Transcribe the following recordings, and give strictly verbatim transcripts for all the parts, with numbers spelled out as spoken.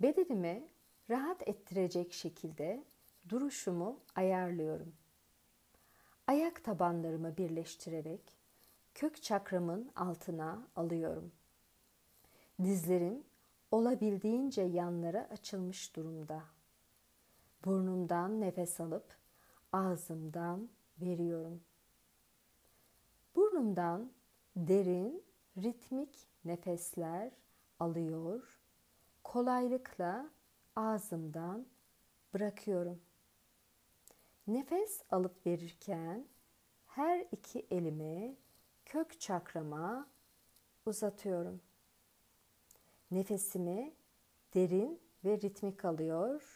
Bedenimi rahat ettirecek şekilde duruşumu ayarlıyorum. Ayak tabanlarımı birleştirerek kök çakramın altına alıyorum. Dizlerim olabildiğince yanlara açılmış durumda. Burnumdan nefes alıp ağzımdan veriyorum. Burnumdan derin, ritmik nefesler alıyor, kolaylıkla ağzımdan bırakıyorum. Nefes alıp verirken her iki elimi kök çakrama uzatıyorum. Nefesimi derin ve ritmik alıyor,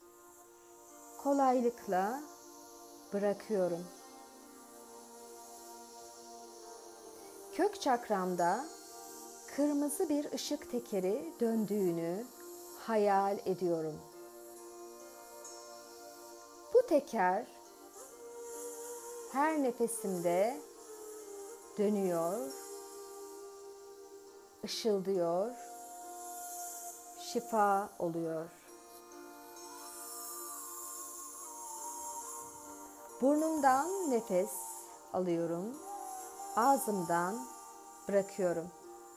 kolaylıkla bırakıyorum. Kök çakramda kırmızı bir ışık tekeri döndüğünü hayal ediyorum. Bu teker her nefesimde dönüyor, ışıldıyor, şifa oluyor. Burnumdan nefes alıyorum, ağzımdan bırakıyorum.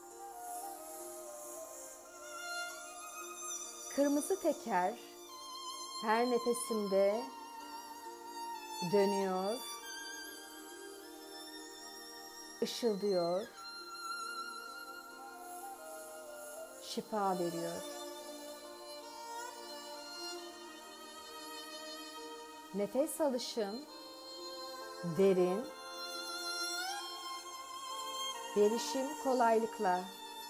Kırmızı teker her nefesimde dönüyor, ışıldıyor, şifa veriyor. Nefes alışım derin, verişim kolaylıkla.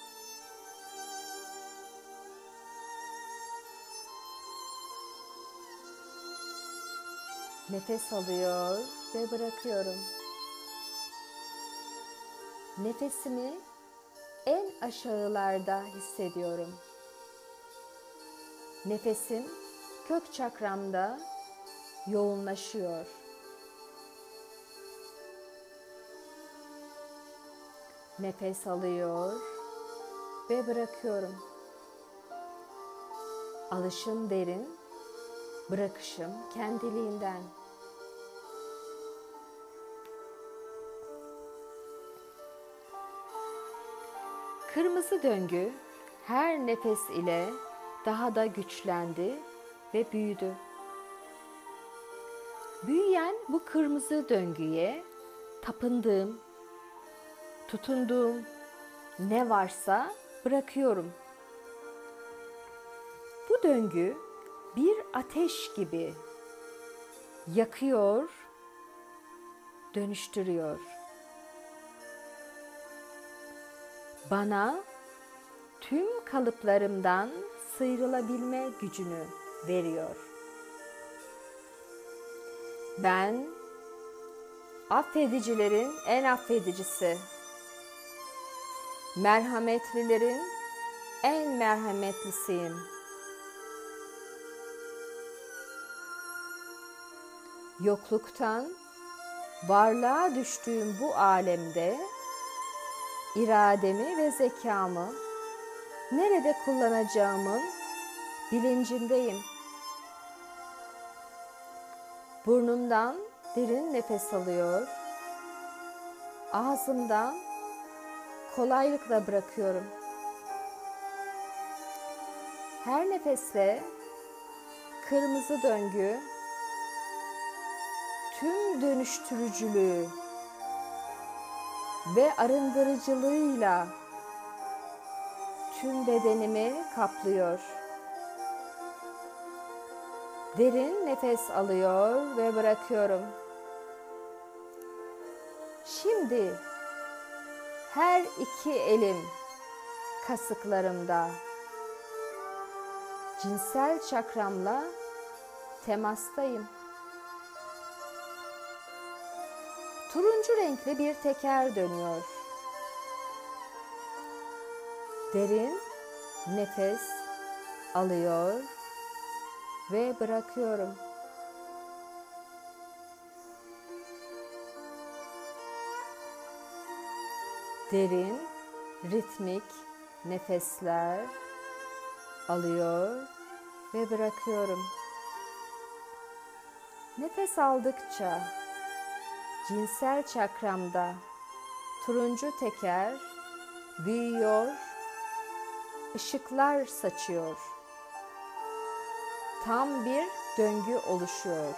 Nefes alıyor ve bırakıyorum. Nefesimi en aşağılarda hissediyorum. Nefesim kök çakramda yoğunlaşıyor. Nefes alıyor ve bırakıyorum. Alışım derin, bırakışım kendiliğinden. Kırmızı döngü her nefes ile daha da güçlendi ve büyüdü. Büyüyen bu kırmızı döngüye tapındığım, tutunduğum ne varsa bırakıyorum. Bu döngü bir ateş gibi yakıyor, dönüştürüyor. Bana tüm kalıplarımdan sıyrılabilme gücünü veriyor. Ben affedicilerin en affedicisi, merhametlilerin en merhametlisiyim. Yokluktan varlığa düştüğüm bu alemde irademi ve zekamı nerede kullanacağımın bilincindeyim. Burnumdan derin nefes alıyor, ağzımdan kolaylıkla bırakıyorum. Her nefesle kırmızı döngü tüm dönüştürücülüğü ve arındırıcılığıyla tüm bedenimi kaplıyor. Derin nefes alıyor ve bırakıyorum. Şimdi her iki elim kasıklarımda. Cinsel çakramla temastayım. Turuncu renkli bir teker dönüyor. Derin nefes alıyor ve bırakıyorum. Derin, ritmik nefesler alıyor ve bırakıyorum. Nefes aldıkça cinsel çakramda turuncu teker büyüyor, ışıklar saçıyor. Tam bir döngü oluşuyor.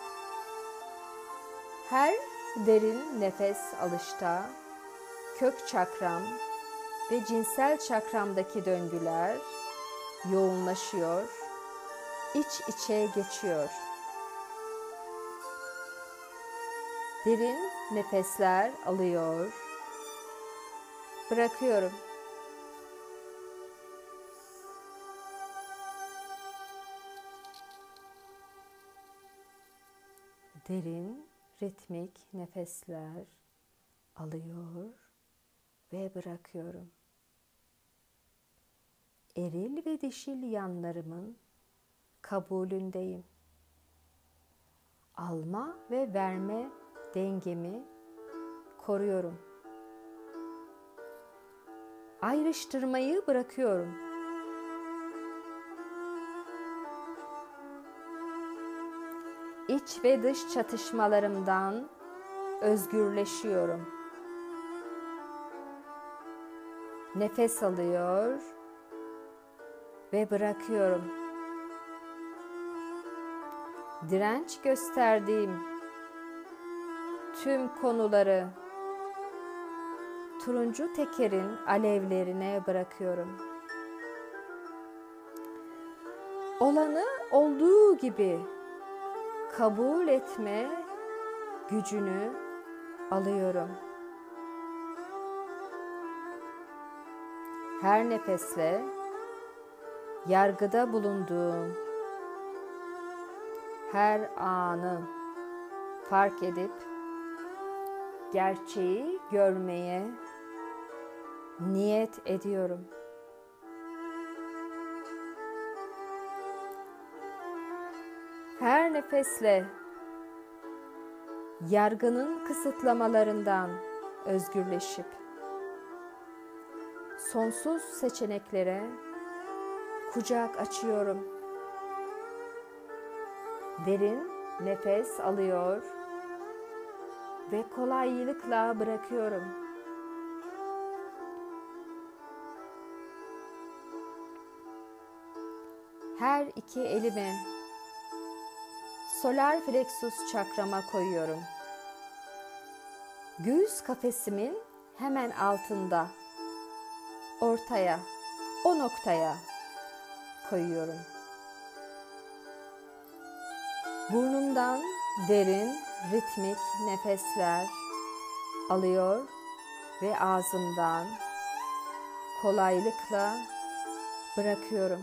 Her derin nefes alışta kök çakram ve cinsel çakramdaki döngüler yoğunlaşıyor, iç içe geçiyor. Derin nefesler alıyor, bırakıyorum. Derin, ritmik nefesler alıyor ve bırakıyorum. Eril ve dişil yanlarımın kabulündeyim. Alma ve verme dengemi koruyorum. Ayrıştırmayı bırakıyorum. İç ve dış çatışmalarımdan özgürleşiyorum. Nefes alıyor ve bırakıyorum. Direnç gösterdiğim tüm konuları turuncu tekerin alevlerine bırakıyorum. Olanı olduğu gibi kabul etme gücünü alıyorum. Her nefesle yargıda bulunduğum her anı fark edip gerçeği görmeye niyet ediyorum. Her nefesle yargının kısıtlamalarından özgürleşip sonsuz seçeneklere kucak açıyorum. Derin nefes alıyor ve kolaylıkla bırakıyorum. Her iki elimi solar plexus çakrama koyuyorum. Göğüs kafesimin hemen altında, ortaya, o noktaya koyuyorum. Burnumdan derin, ritmik nefesler alıyor ve ağzımdan kolaylıkla bırakıyorum.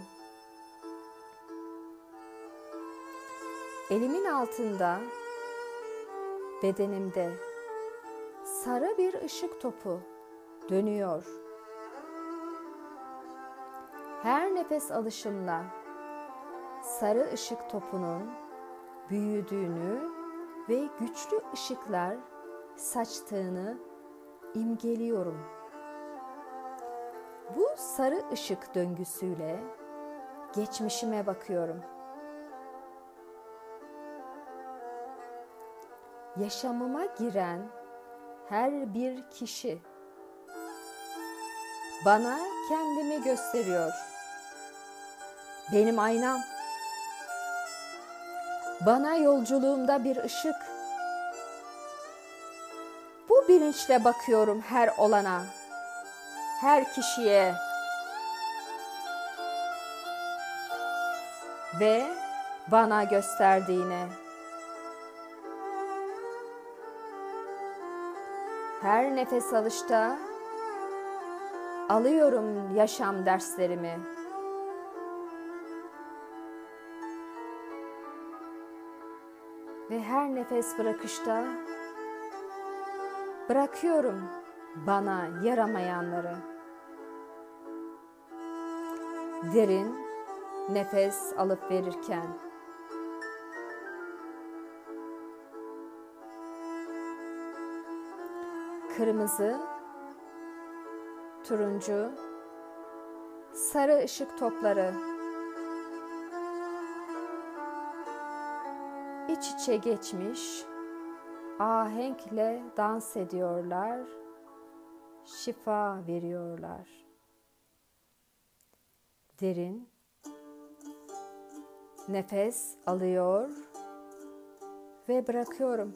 Elimin altında, bedenimde sarı bir ışık topu dönüyor. Her nefes alışımla sarı ışık topunun büyüdüğünü ve güçlü ışıklar saçtığını imgeliyorum. Bu sarı ışık döngüsüyle geçmişime bakıyorum. Yaşamıma giren her bir kişi bana kendimi gösteriyor. Benim aynam. Bana yolculuğumda bir ışık. Bu bilinçle bakıyorum her olana, her kişiye ve bana gösterdiğine. Her nefes alışta alıyorum yaşam derslerimi. Ve her nefes bırakışta bırakıyorum bana yaramayanları. Derin nefes alıp verirken kırmızı, turuncu, sarı ışık topları iç içe geçmiş, ahenkle dans ediyorlar, şifa veriyorlar. Derin nefes alıyor ve bırakıyorum.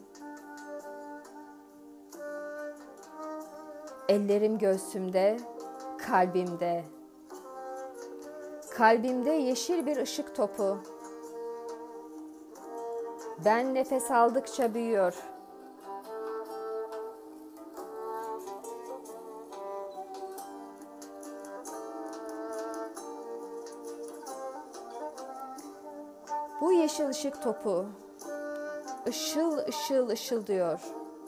Ellerim göğsümde, kalbimde. Kalbimde yeşil bir ışık topu. Ben nefes aldıkça büyüyor. Bu yeşil ışık topu ışıl ışıl ışıldıyor.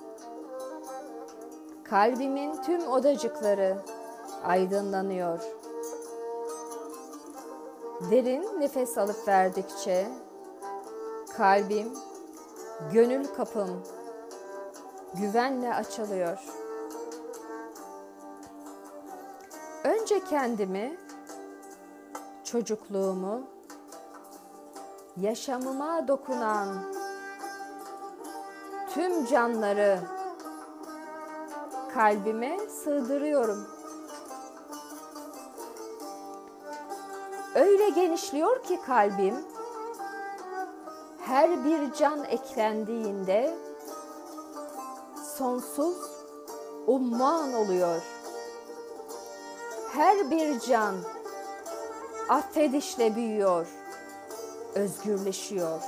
Kalbimin tüm odacıkları aydınlanıyor. Derin nefes alıp verdikçe kalbim, gönül kapım güvenle açılıyor. Önce kendimi, çocukluğumu, yaşamıma dokunan tüm canları kalbime sığdırıyorum. Öyle genişliyor ki kalbim, her bir can eklendiğinde sonsuz umman oluyor. Her bir can affedişle büyüyor, özgürleşiyor.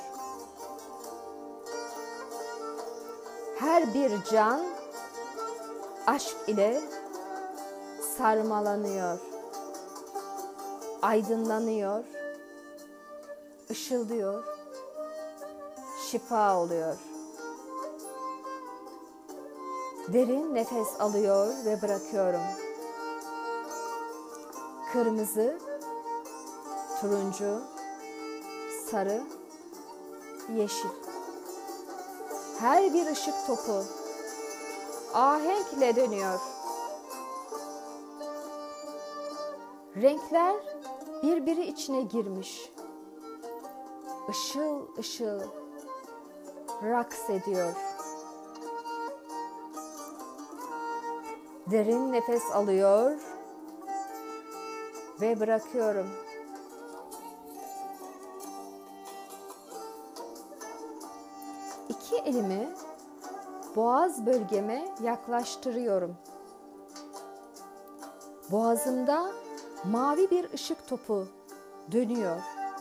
Her bir can aşk ile sarmalanıyor, aydınlanıyor, ışıldıyor, şifa oluyor. Derin nefes alıyor ve bırakıyorum. Kırmızı, turuncu, sarı, yeşil. Her bir ışık topu ahenkle dönüyor. Renkler birbiri içine girmiş. Işıl ışıl raks ediyor. Derin nefes alıyor ve bırakıyorum. İki elimi boğaz bölgeme yaklaştırıyorum. Boğazımda mavi bir ışık topu dönüyor.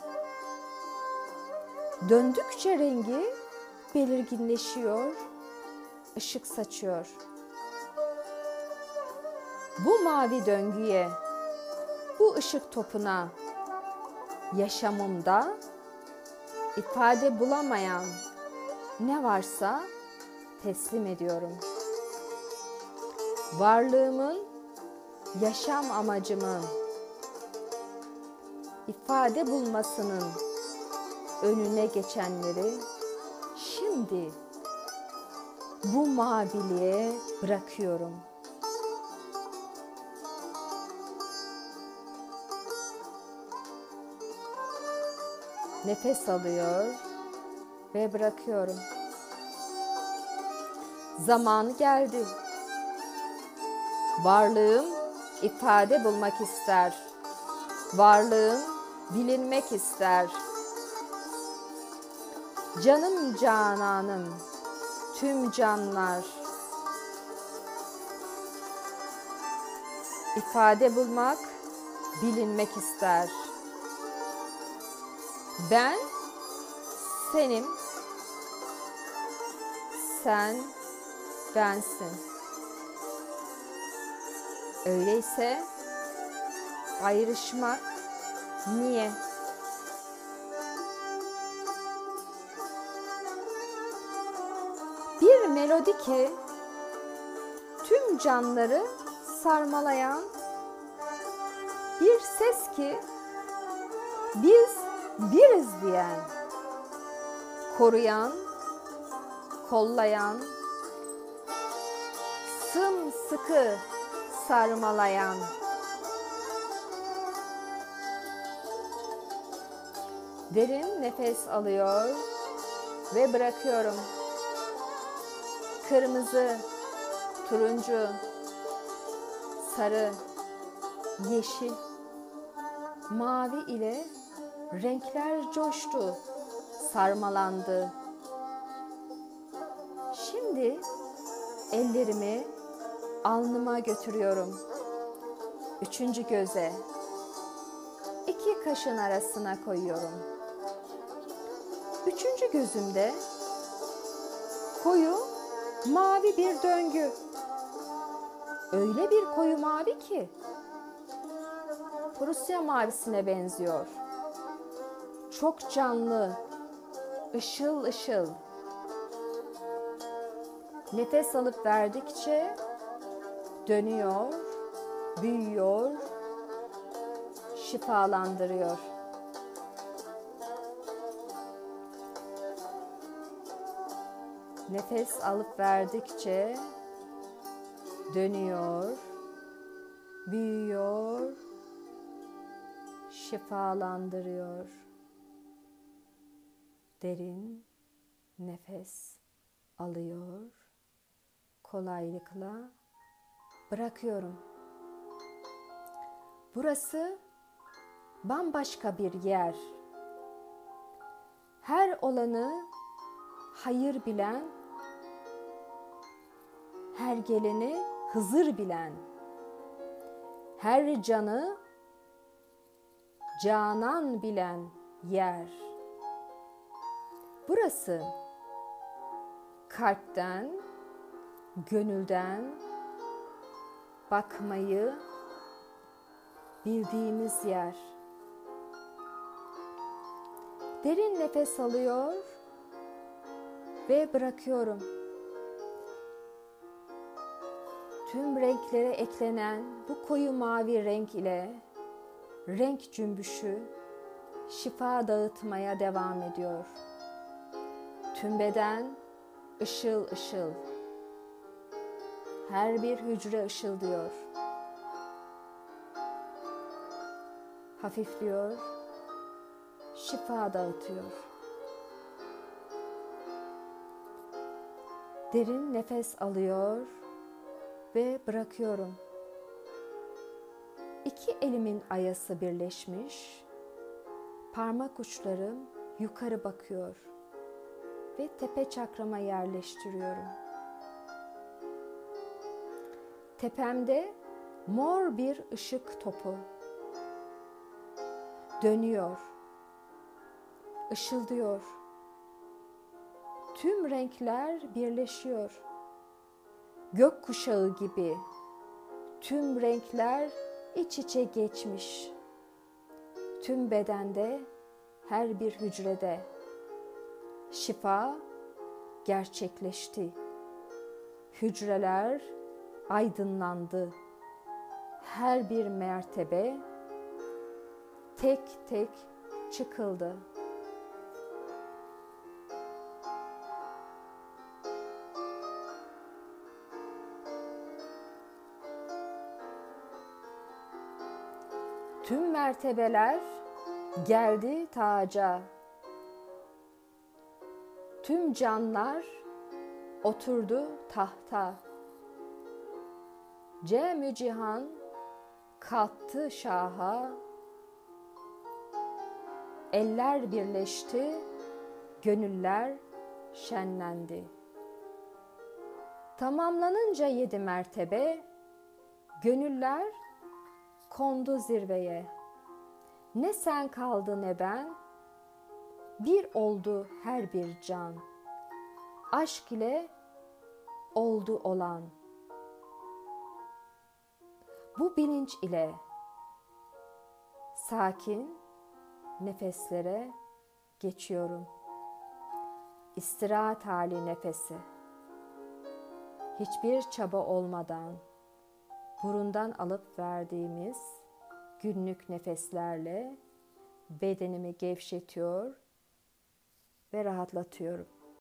Döndükçe rengi belirginleşiyor, ışık saçıyor. Bu mavi döngüye, bu ışık topuna yaşamımda ifade bulamayan ne varsa teslim ediyorum. Varlığımın, yaşam amacımın ifade bulmasının önüne geçenleri şimdi bu maviliğe bırakıyorum. Nefes alıyor ve bırakıyorum. Zamanı geldi. Varlığım ifade bulmak ister. Varlığım bilinmek ister. Canım cananım, tüm canlar ifade bulmak, bilinmek ister. Ben senim, sen bensin. Öyleyse ayrışmak niye? Bir melodi ki tüm canları sarmalayan, bir ses ki biz biriz diyen, koruyan, kollayan, sımsıkı sarmalayan. Derin nefes alıyor ve bırakıyorum. Kırmızı, turuncu, sarı, yeşil, mavi ile renkler coştu, sarmalandı. Şimdi ellerimi alnıma götürüyorum. Üçüncü göze, iki kaşın arasına koyuyorum. Üçüncü gözümde koyu mavi bir döngü. Öyle bir koyu mavi ki Prusya mavisine benziyor. Çok canlı, ışıl ışıl. Nefes alıp verdikçe dönüyor, büyüyor, şifalandırıyor. Nefes alıp verdikçe dönüyor, büyüyor, şifalandırıyor. Derin nefes alıyor, kolaylıkla bırakıyorum. Burası bambaşka bir yer. Her olanı hayır bilen, her geleni Hızır bilen, her canı Canan bilen yer. Burası kalpten, gönülden bakmayı bildiğimiz yer. Derin nefes alıyor ve bırakıyorum. Tüm renklere eklenen bu koyu mavi renk ile renk cümbüşü şifa dağıtmaya devam ediyor. Tüm beden ışıl ışıl. Her bir hücre ışıldıyor. Hafifliyor, şifa dağıtıyor. Derin nefes alıyor ve bırakıyorum. İki elimin ayası birleşmiş, parmak uçlarım yukarı bakıyor ve tepe çakrama yerleştiriyorum. Tepemde mor bir ışık topu dönüyor, ışıldıyor. Tüm renkler birleşiyor. Gökkuşağı gibi tüm renkler iç içe geçmiş. Tüm bedende, her bir hücrede şifa gerçekleşti. Hücreler aydınlandı. Her bir mertebe tek tek çıkıldı. Tüm mertebeler geldi taca. Tüm canlar oturdu tahta. Cem-ü cihan kalktı şaha. Eller birleşti, gönüller şenlendi. Tamamlanınca yedi mertebe, gönüller kondu zirveye. Ne sen kaldı ne ben, bir oldu her bir can. Aşk ile oldu olan. Bu bilinç ile sakin nefeslere geçiyorum. İstirahat hali nefesi. Hiçbir çaba olmadan burundan alıp verdiğimiz günlük nefeslerle bedenimi gevşetiyor ve rahatlatıyorum.